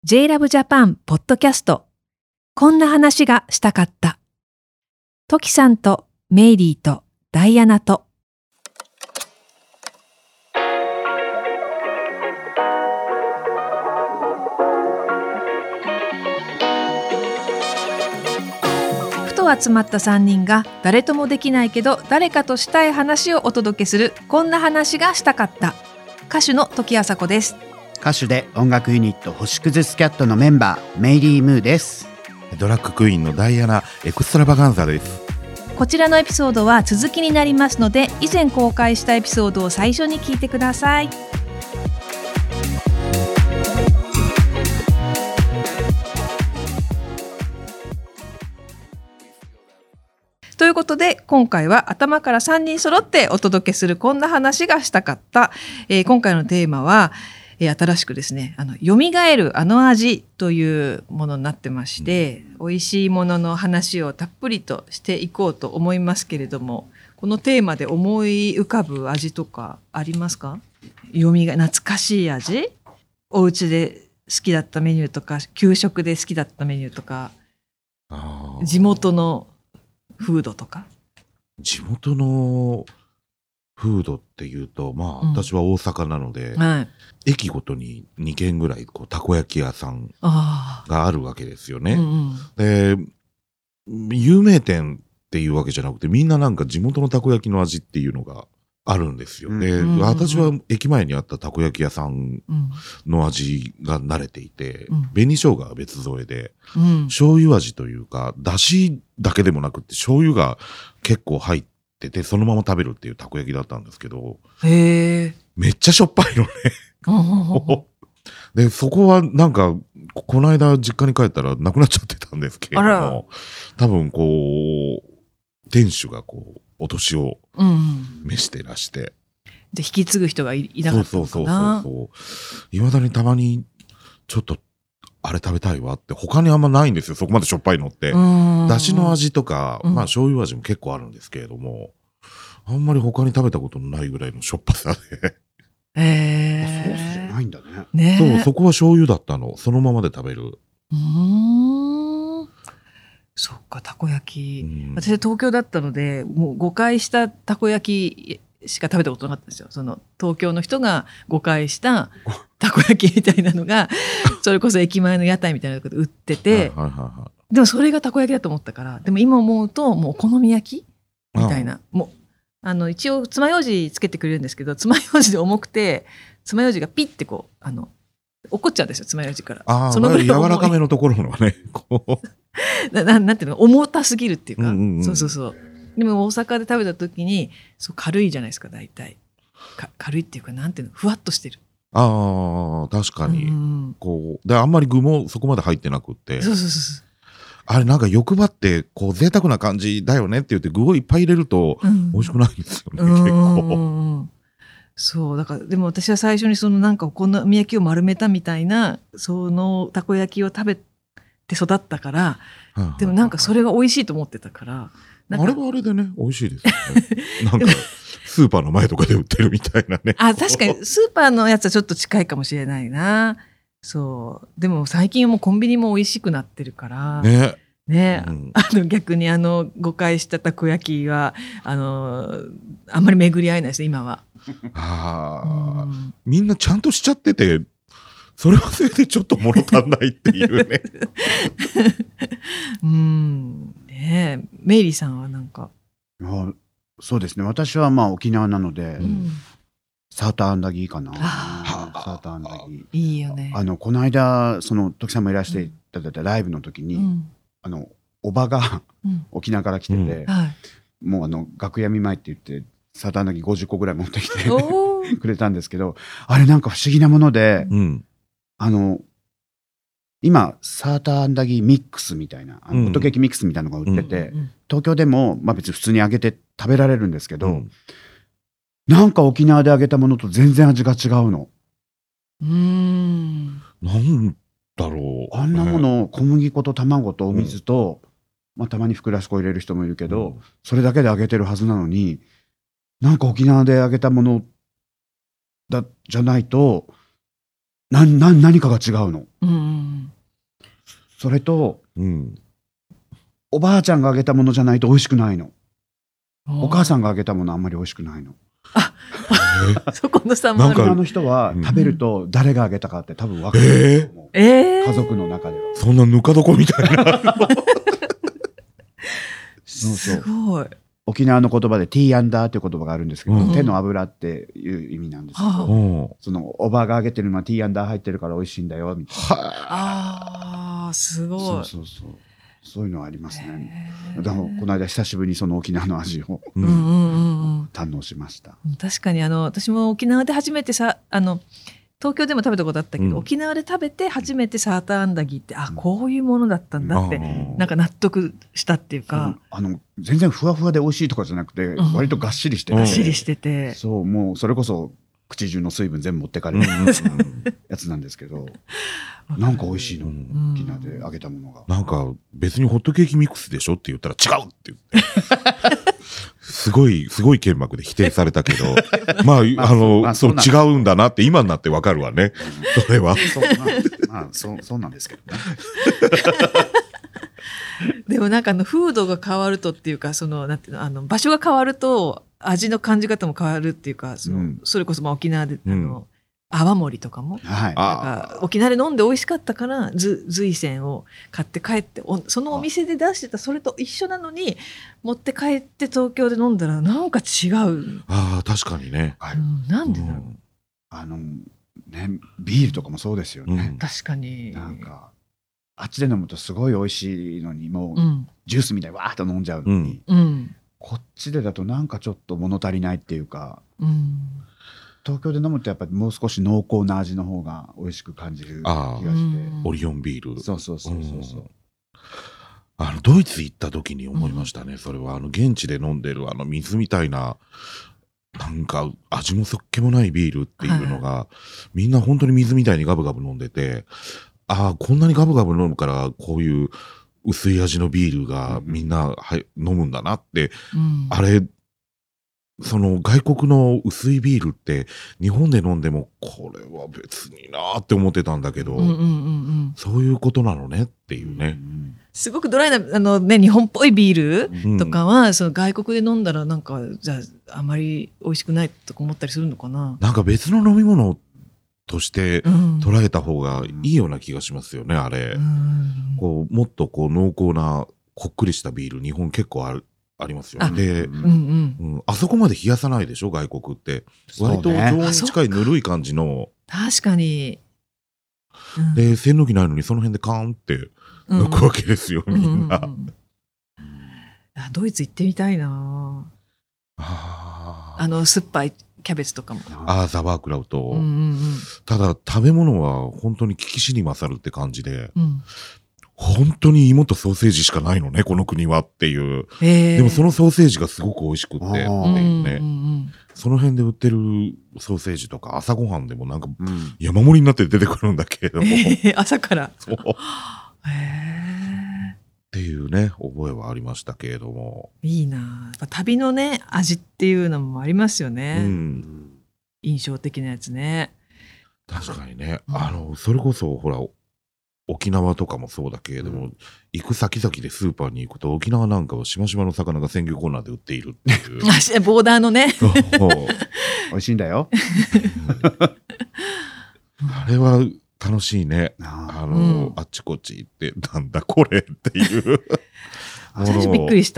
J-Love Japan ポッドキャスト。こんな話がしたかった。トキさんとメイリーとダイアナと。ふと集まった3人が誰ともできないけど誰かとしたい話をお届けするこんな話がしたかった。歌手の時あさこです。 歌手で音楽ユニット星屑スキャットのメンバーメイリー・ムーです。 ドラッグクイーンのダイアナ・エクストラバガンザです。 こちらのエピソードは続きになりますので、以前公開したエピソードを最初に聞いてください。ということで、今回は頭から3人揃ってお届けするこんな話がしたかった。今回のテーマは、新しくですね、蘇るあの味というものになってまして、美味しいものの話をたっぷりとしていこうと思いますけれども、このテーマで思い浮かぶ味とかありますか？懐かしい味？お家で好きだったメニューとか、給食で好きだったメニューとか、地元のフードとか。 地元のフードっていうと、私は大阪なので、駅ごとに2軒ぐらいたこ焼き屋さんがあるわけですよね。で、有名店っていうわけじゃなくて、みんななんか地元のたこ焼きの味っていうのがあるんですよ。で、私は駅前にあったたこ焼き屋さんの味が慣れていて、紅生姜は別添えで、醤油味というか、だしだけでもなくって醤油が結構入ってて、そのまま食べるっていうたこ焼きだったんですけど、めっちゃしょっぱいのね。で、そこはなんか、この間実家に帰ったらなくなっちゃってたんですけれども、多分店主がお年を召してらして。 で、引き継ぐ人がいなかったのかな。 いまだにたまに、ちょっと、あれ食べたいわって、他にあんまないんですよ、そこまでしょっぱいのって。だしの味とか、醤油味も結構あるんですけれども、あんまり他に食べたことのないぐらいのしょっぱさで。 ソースじゃないんだね。 そう、そこは醤油だったの。そのままで食べる。 そっか、たこ焼き。私は東京だったので、もう誤解したたこ焼きしか食べたことなかったんですよ。その東京の人が誤解したたこ焼きみたいなのが、それこそ駅前の屋台みたいなところで売ってて、でもそれがたこ焼きだと思ったから、でも今思うと、もうお好み焼きみたいな。もう一応爪楊枝つけてくれるんですけど、爪楊枝で重くて、爪楊枝がピッて落っこっちゃうんですよ、爪楊枝から。 そのぐらい柔らかめのところのね、 なんていうの、重たすぎるっていうか、そう。でも大阪で食べた時に、軽いじゃないですか、大体。軽いっていうか、なんていうの、ふわっとしてる。 確かに。で、あんまり具もそこまで入ってなくって。そう。あれなんか欲張って贅沢な感じだよねって言って具をいっぱい入れると美味しくないんですよね、結構。 そうだから、でも私は最初になんかお好み焼きを丸めたみたいなそのたこ焼きを食べて育ったから、でもなんかそれが美味しいと思ってたから、 あれはあれでね美味しいですよね。なんかスーパーの前とかで売ってるみたいなね。 確かにスーパーのやつはちょっと近いかもしれないな。そうでも最近はもうコンビニも美味しくなってるからね、逆に誤解したたこ焼きはあんまり巡り合えないですね、今は。 みんなちゃんとしちゃってて、それはそれでちょっと物足んないっていうね。 メイリーさんはなんか。 そうですね、私は沖縄なので、サーターアンダギーかな。サーターアンダギーいいよね。 この間時さんもいらしていただいたライブの時に、おばが沖縄から来てて、もう楽屋見舞いって言ってサーターアンダギー50個ぐらい持ってきてくれたんですけど、あれなんか不思議なもので、今サーターアンダギーミックスみたいなホットケーキミックスみたいなのが売ってて、東京でも別に普通に揚げて食べられるんですけど、なんか沖縄で揚げたものと全然味が違うの。 なんだろう。 あんなものを小麦粉と卵とお水と、たまにふくらし粉入れる人もいるけど、それだけで揚げてるはずなのに、なんか沖縄で揚げたものじゃないと何かが違うの。 それと、おばあちゃんがあげたものじゃないと美味しくないの。お母さんがあげたものあんまり美味しくないの。 そこの差もある。 沖縄の人は食べると誰があげたかって多分分かると思う。家族の中では。 そんなぬか床みたいな。 すごい。 沖縄の言葉でティーアンダーっていう言葉があるんですけど、手の油っていう意味なんですけど、そのおばがあげてるのはティーアンダー入ってるから美味しいんだよみたいな。すごい。 そういうのはありますね。だからこの間久しぶりにその沖縄の味を堪能しました。 確かに私も沖縄で初めて東京でも食べたことあったけど、沖縄で食べて初めてサーターアンダギーってこういうものだったんだってなんか納得したっていうか、 全然ふわふわで美味しいとかじゃなくて、割とがっしりしてて、 がっしりしてて、 そうもうそれこそ口中の水分全部持ってかれるやつなんですけど、なんか美味しいの、沖縄で揚げたものが。 なんか別にホットケーキミックスでしょって言ったら違うって言ってすごい剣幕で否定されたけどまあそう違うんだなって今になってわかるわね、それは。 そうなんですけどね。 でもなんか風土が変わるとっていうか、なんていうの、場所が変わると味の感じ方も変わるっていうか、それこそ沖縄で泡盛とかも、なんか沖縄で飲んで美味しかったから随泉を買って帰って、そのお店で出してたそれと一緒なのに持って帰って東京で飲んだらなんか違う。 確かにね。 なんでだろう。 ビールとかもそうですよね。 確かに。 なんかあっちで飲むとすごい美味しいのに、もうジュースみたいにわーっと飲んじゃうのに、こっちでだとなんかちょっと物足りないっていうか、東京で飲むとやっぱりもう少し濃厚な味の方が美味しく感じる気がして。 オリオンビール。 そうドイツ行った時に思いましたね。それは現地で飲んでる水みたいな、なんか味もそっけもないビールっていうのが、みんな本当に水みたいにガブガブ飲んでて、こんなにガブガブ飲むからこういう薄い味のビールがみんな飲むんだなって、あれその外国の薄いビールって日本で飲んでもこれは別になーって思ってたんだけど、そういうことなのねっていうね。 すごくドライな日本っぽいビールとかは、その外国で飲んだらなんかじゃああまり美味しくないとか思ったりするのかな。 なんか別の飲み物として捉えた方がいいような気がしますよね、あれ。こうもっとこう濃厚なこっくりしたビール、日本結構ありますよね。で、あそこまで冷やさないでしょ外国って。割と常温に近いぬるい感じの。 確かに。 で栓抜きないのにその辺でカーンって抜くわけですよ、みんな。 ドイツ行ってみたいな。酸っぱいキャベツとかも。 ザワークラウト。ただ食べ物は本当に聞きしに勝るって感じで、本当に芋とソーセージしかないのねこの国はっていう。でもそのソーセージがすごく美味しくってっていうね。その辺で売ってるソーセージとか朝ごはんでもなんか山盛りになって出てくるんだけれども、 朝から。 そうっていうね覚えはありましたけれども。 いいな。旅のね味っていうのもありますよね。印象的なやつね。 確かにね。それこそほら沖縄とかもそうだけれども、行く先々でスーパーに行くと沖縄なんかはしましまの魚が鮮魚コーナーで売っているっていうボーダーのね美味しいんだよあれは楽しいね。あっちこっち行ってなんだこれっていう最初びっくりした。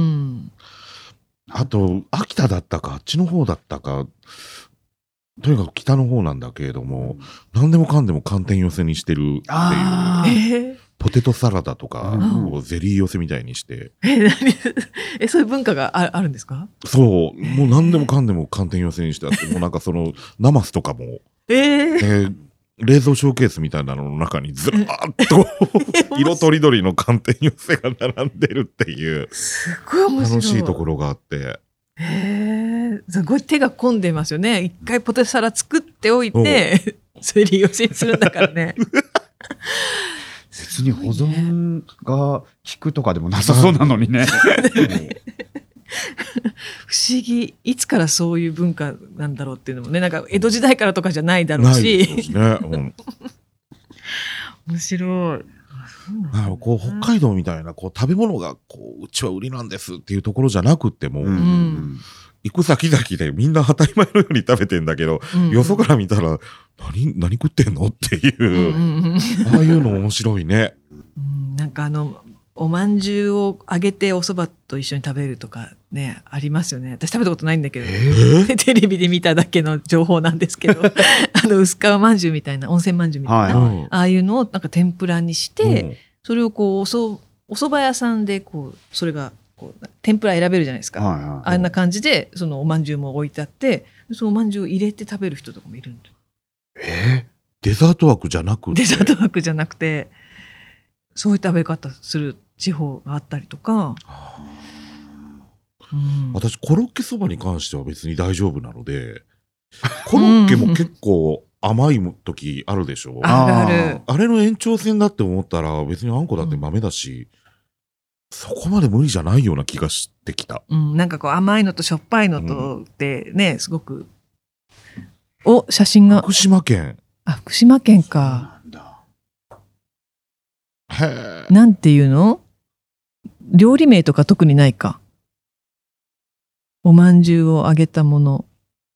あと秋田だったかあっちの方だったか、とにかく北の方なんだけれども、何でもかんでも寒天寄せにしてるっていう、ポテトサラダとかをゼリー寄せみたいにして、 そういう文化があるんですか？ そう、もう何でもかんでも寒天寄せにしてあって、もうなんかそのナマスとかも、冷蔵ショーケースみたいなのの中にずらーっと色とりどりの寒天寄せが並んでるっていうすごい面白い楽しいところがあって。 すごい手が込んでますよね。一回ポテトサラ作っておいてそれ利用しにするんだからね別に保存が効くとかでもなさそうなのにね不思議、いつからそういう文化なんだろうっていうのもね、なんか江戸時代からとかじゃないだろうし、 ないですね、 面白い。 こう北海道みたいなこう食べ物がこううちは売りなんですっていうところじゃなくっても、行く先々でみんな当たり前のように食べてんだけど、よそから見たら何食ってんのっていう、ああいうの面白いね。 なんかおまんじゅうを揚げてお蕎麦と一緒に食べるとかね、ありますよね。私食べたことないんだけど、テレビで見ただけの情報なんですけど薄皮まんじゅうみたいな、温泉まんじゅうみたいな、ああいうのをなんか天ぷらにして、それをこうお蕎麦屋さんでこうそれがこう天ぷら選べるじゃないですか、あんな感じでそのおまんじゅうも置いてあって、そのおまんじゅうを入れて食べる人とかもいるんだ。 デザート枠じゃなくて？デザート枠じゃなくて、そういう食べ方する地方があったりとか。 私コロッケそばに関しては別に大丈夫なので、コロッケも結構甘い時あるでしょ。 ある。 あれの延長線だって思ったら別にあんこだって豆だし、そこまで無理じゃないような気がしてきた。 なんかこう甘いのとしょっぱいのとってね、すごく。写真が。 福島県。 福島県か。なんていうの？料理名とか特にないか。おまんじゅうを揚げたもの。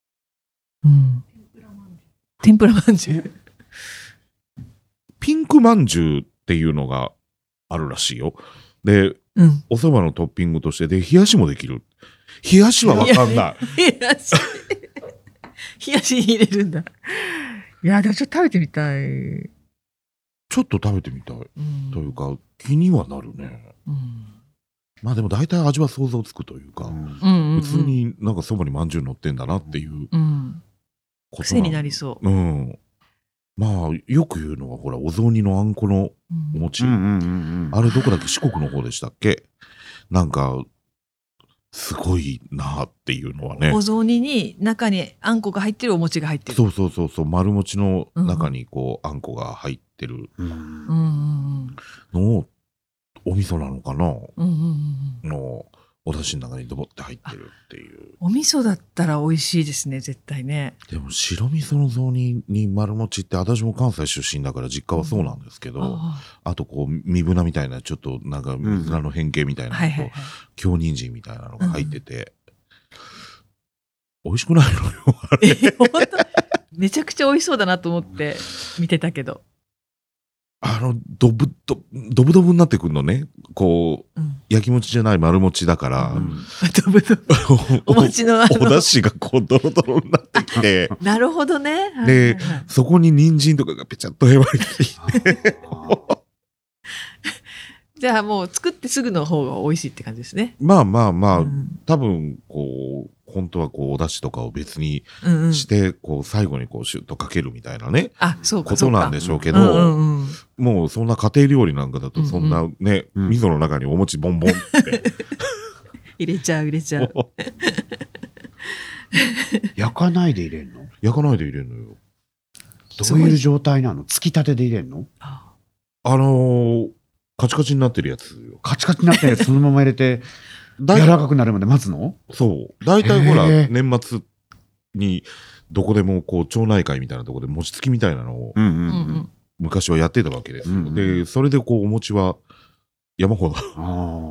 天ぷらまんじゅう。 ピンクまんじゅうっていうのがあるらしいよ。で、お蕎麦のトッピングとしてで冷やしもできる。冷やしはわかんない。 冷やし入れるんだ。いや、でもちょっと食べてみたい。 ちょっと食べてみたい、というか気にはなるね。まあでも大体味は想像つくというか、普通になんかそばにまんじゅう乗ってんだなっていうこと癖になりそう。 まあよく言うのはほらお雑煮のあんこのお餅、あれどこだっけ、四国の方でしたっけ？なんかすごいなっていうのはね。 お雑煮に中にあんこが入ってるお餅が入ってる。 そう丸餅の中にこうあんこが入ってるのをお味噌なのかなのお出汁の中にドボって入ってるっていう。 お味噌だったら美味しいですね、絶対ね。 でも白味噌の雑煮に丸餅って私も関西出身だから実家はそうなんですけど、あとこう身ぶなみたいなちょっとなんか水菜の変形みたいなのと京人参みたいなのが入ってて、美味しくないのよあれ。 本当めちゃくちゃ美味しそうだなと思って見てたけど、 ドブドブになってくるのね。こう、焼き餅じゃない丸餅だから、 ドブドブお餅のお出汁がこうドロドロになってきてなるほどね。 で、そこに人参とかがぺちゃっとへばりついてじゃあもう作ってすぐの方が美味しいって感じですね。 まあ、多分こう本当はこうお出汁とかを別にして、こう最後にこうシュッとかけるみたいなね、ことなんでしょうけど、もうそんな家庭料理なんかだとそんなね、味噌の中にお餅ボンボンって入れちゃう焼かないで入れるの？ 焼かないで入れるのよ。 どういう状態なの？つきたてで入れるの？ カチカチになってるやつよ。 カチカチになってるやつそのまま入れて柔らかくなるまで待つの？ そう。大体ほら年末にどこでもこう町内会みたいなところで餅つきみたいなのを昔はやってたわけですよ。でそれでこうお餅は山ほどそう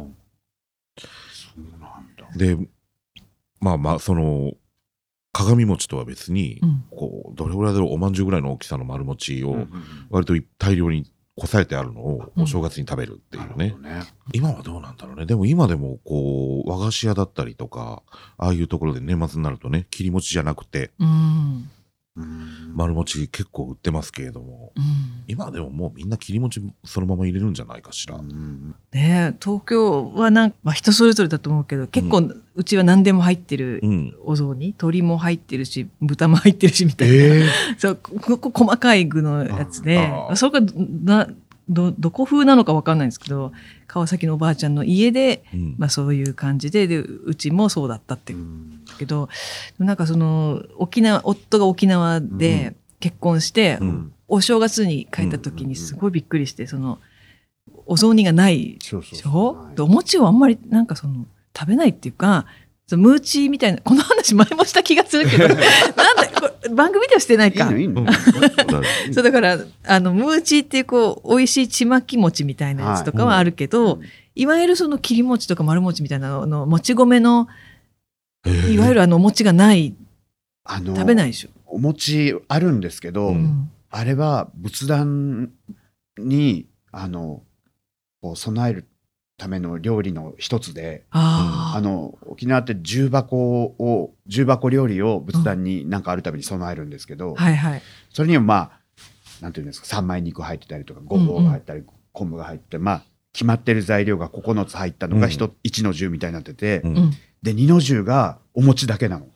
なんだ。でまあその鏡餅とは別に、こうどれぐらいだろう、おまんじゅうぐらいの大きさの丸餅を割と大量にこさえてあるのをお正月に食べるっていうね。今はどうなんだろうね。でも今でもこう和菓子屋だったりとかああいうところで年末になるとね、切り餅じゃなくて丸餅結構売ってますけれども、今でももうみんな切り餅そのまま入れるんじゃないかしら。 ね、東京はなんか人それぞれだと思うけど、結構うちは何でも入ってるお雑煮、鶏も入ってるし豚も入ってるしみたいな、そう細かい具のやつで、それがどこ風なのか分かんないんですけど、川崎のおばあちゃんの家で、そういう感じで、うちもそうだったっていうけど、なんかその夫が沖縄で結婚して、お正月に帰った時にすごいびっくりして、そのお雑煮がないでしょ。お餅をあんまりなんかその食べないっていうか、 ムーチーみたいなこの話前もした気がするけどなんだ番組ではしてないか。 いいのそうだからムーチーっていう美味しいちまき餅みたいなやつとかはあるけど、いわゆるその切り餅とか丸餅みたいなのもち米のいわゆるお餅がない食べないでしょ。 お餅あるんですけど、あれは仏壇にこう備えるための料理の一つで、沖縄って重箱料理を仏壇に何かあるために備えるんですけど、それにはなんていうんですか、三枚肉入ってたりとかごぼうが入ったり、昆布が入って、決まってる材料が9つ入ったのが1の10みたいになってて、で2の10がお餅だけなの。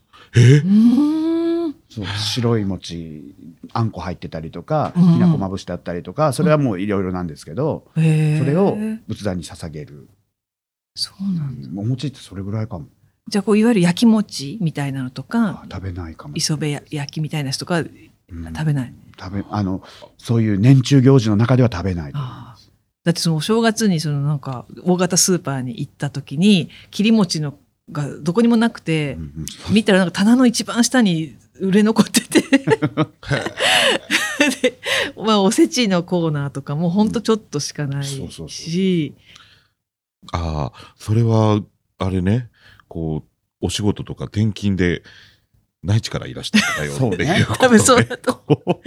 そう白い餅あんこ入ってたりとか、きな粉まぶしてあったりとか、それはもういろいろなんですけど、それを仏壇に捧げる。 そうなんだ。 お餅ってそれぐらいかも。 じゃあいわゆる焼き餅みたいなのとか、 食べないかも。 磯辺焼きみたいなやつとか食べない。 そういう年中行事の中では食べない。 だってそのお正月になんか大型スーパーに行った時に切り餅のがどこにもなくて、見たらなんか棚の一番下に売れ残っててで、おせちのコーナーとかもほんとちょっとしかないし、 それはあれね、お仕事とか転勤で内地からいらしてたよっていうことね。 多分そうだと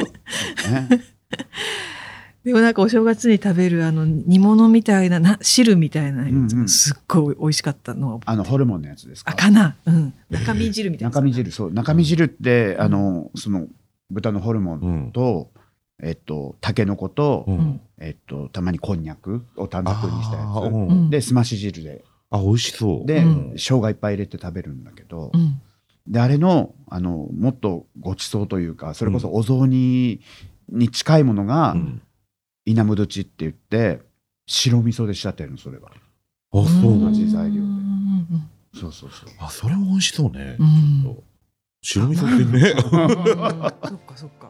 でもなんかお正月に食べる煮物みたいな汁みたいなやつがすっごい美味しかったのは、 ホルモンのやつですか。 かな、中身汁みたいな。 中身汁、そう、中身汁ってその豚のホルモンと、たけのことたまにこんにゃくを短冊にしたやつですまし汁で、 美味しそうで、生姜いっぱい入れて食べるんだけど、であれのもっとごちそうというか、それこそお雑煮に近いものが、稲むどちって言って白味噌で仕立てるの。それは同じ材料で。そうそれも美味しそうね。白味噌ってねそっか。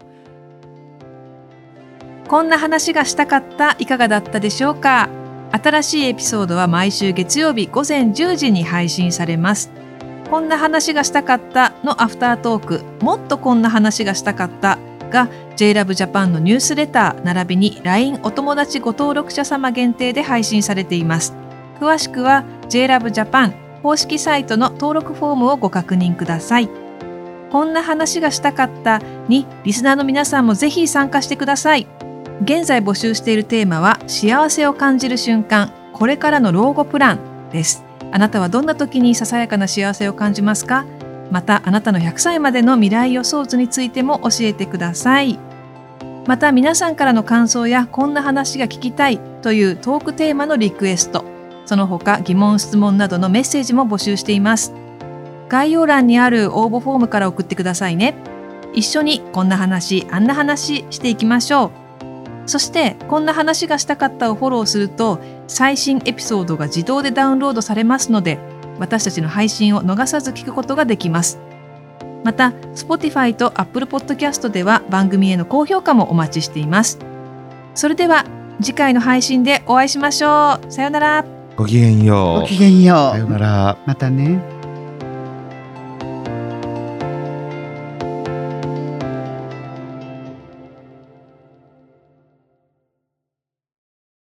こんな話がしたかった、いかがだったでしょうか。新しいエピソードは毎週月曜日午前10時に配信されます。こんな話がしたかったのアフタートーク、もっとこんな話がしたかったが JLove Japan のニュースレター並びに LINE お友達ご登録者様限定で配信されています。詳しくは JLove Japan 公式サイトの登録フォームをご確認ください。こんな話がしたかったにリスナーの皆さんもぜひ参加してください。現在募集しているテーマは幸せを感じる瞬間、これからの老後プランです。あなたはどんな時にささやかな幸せを感じますか。またあなたの100歳までの未来予想図についても教えてください。また皆さんからの感想やこんな話が聞きたいというトークテーマのリクエスト、その他疑問質問などのメッセージも募集しています。概要欄にある応募フォームから送ってくださいね。一緒にこんな話あんな話していきましょう。そしてこんな話がしたかったをフォローすると最新エピソードが自動でダウンロードされますので、私たちの配信を逃さず聞くことができます。また Spotify と Apple Podcast では番組への高評価もお待ちしています。それでは次回の配信でお会いしましょう。さようなら。 ごきげんよう。 ごきげんよう。 さようなら。 またね。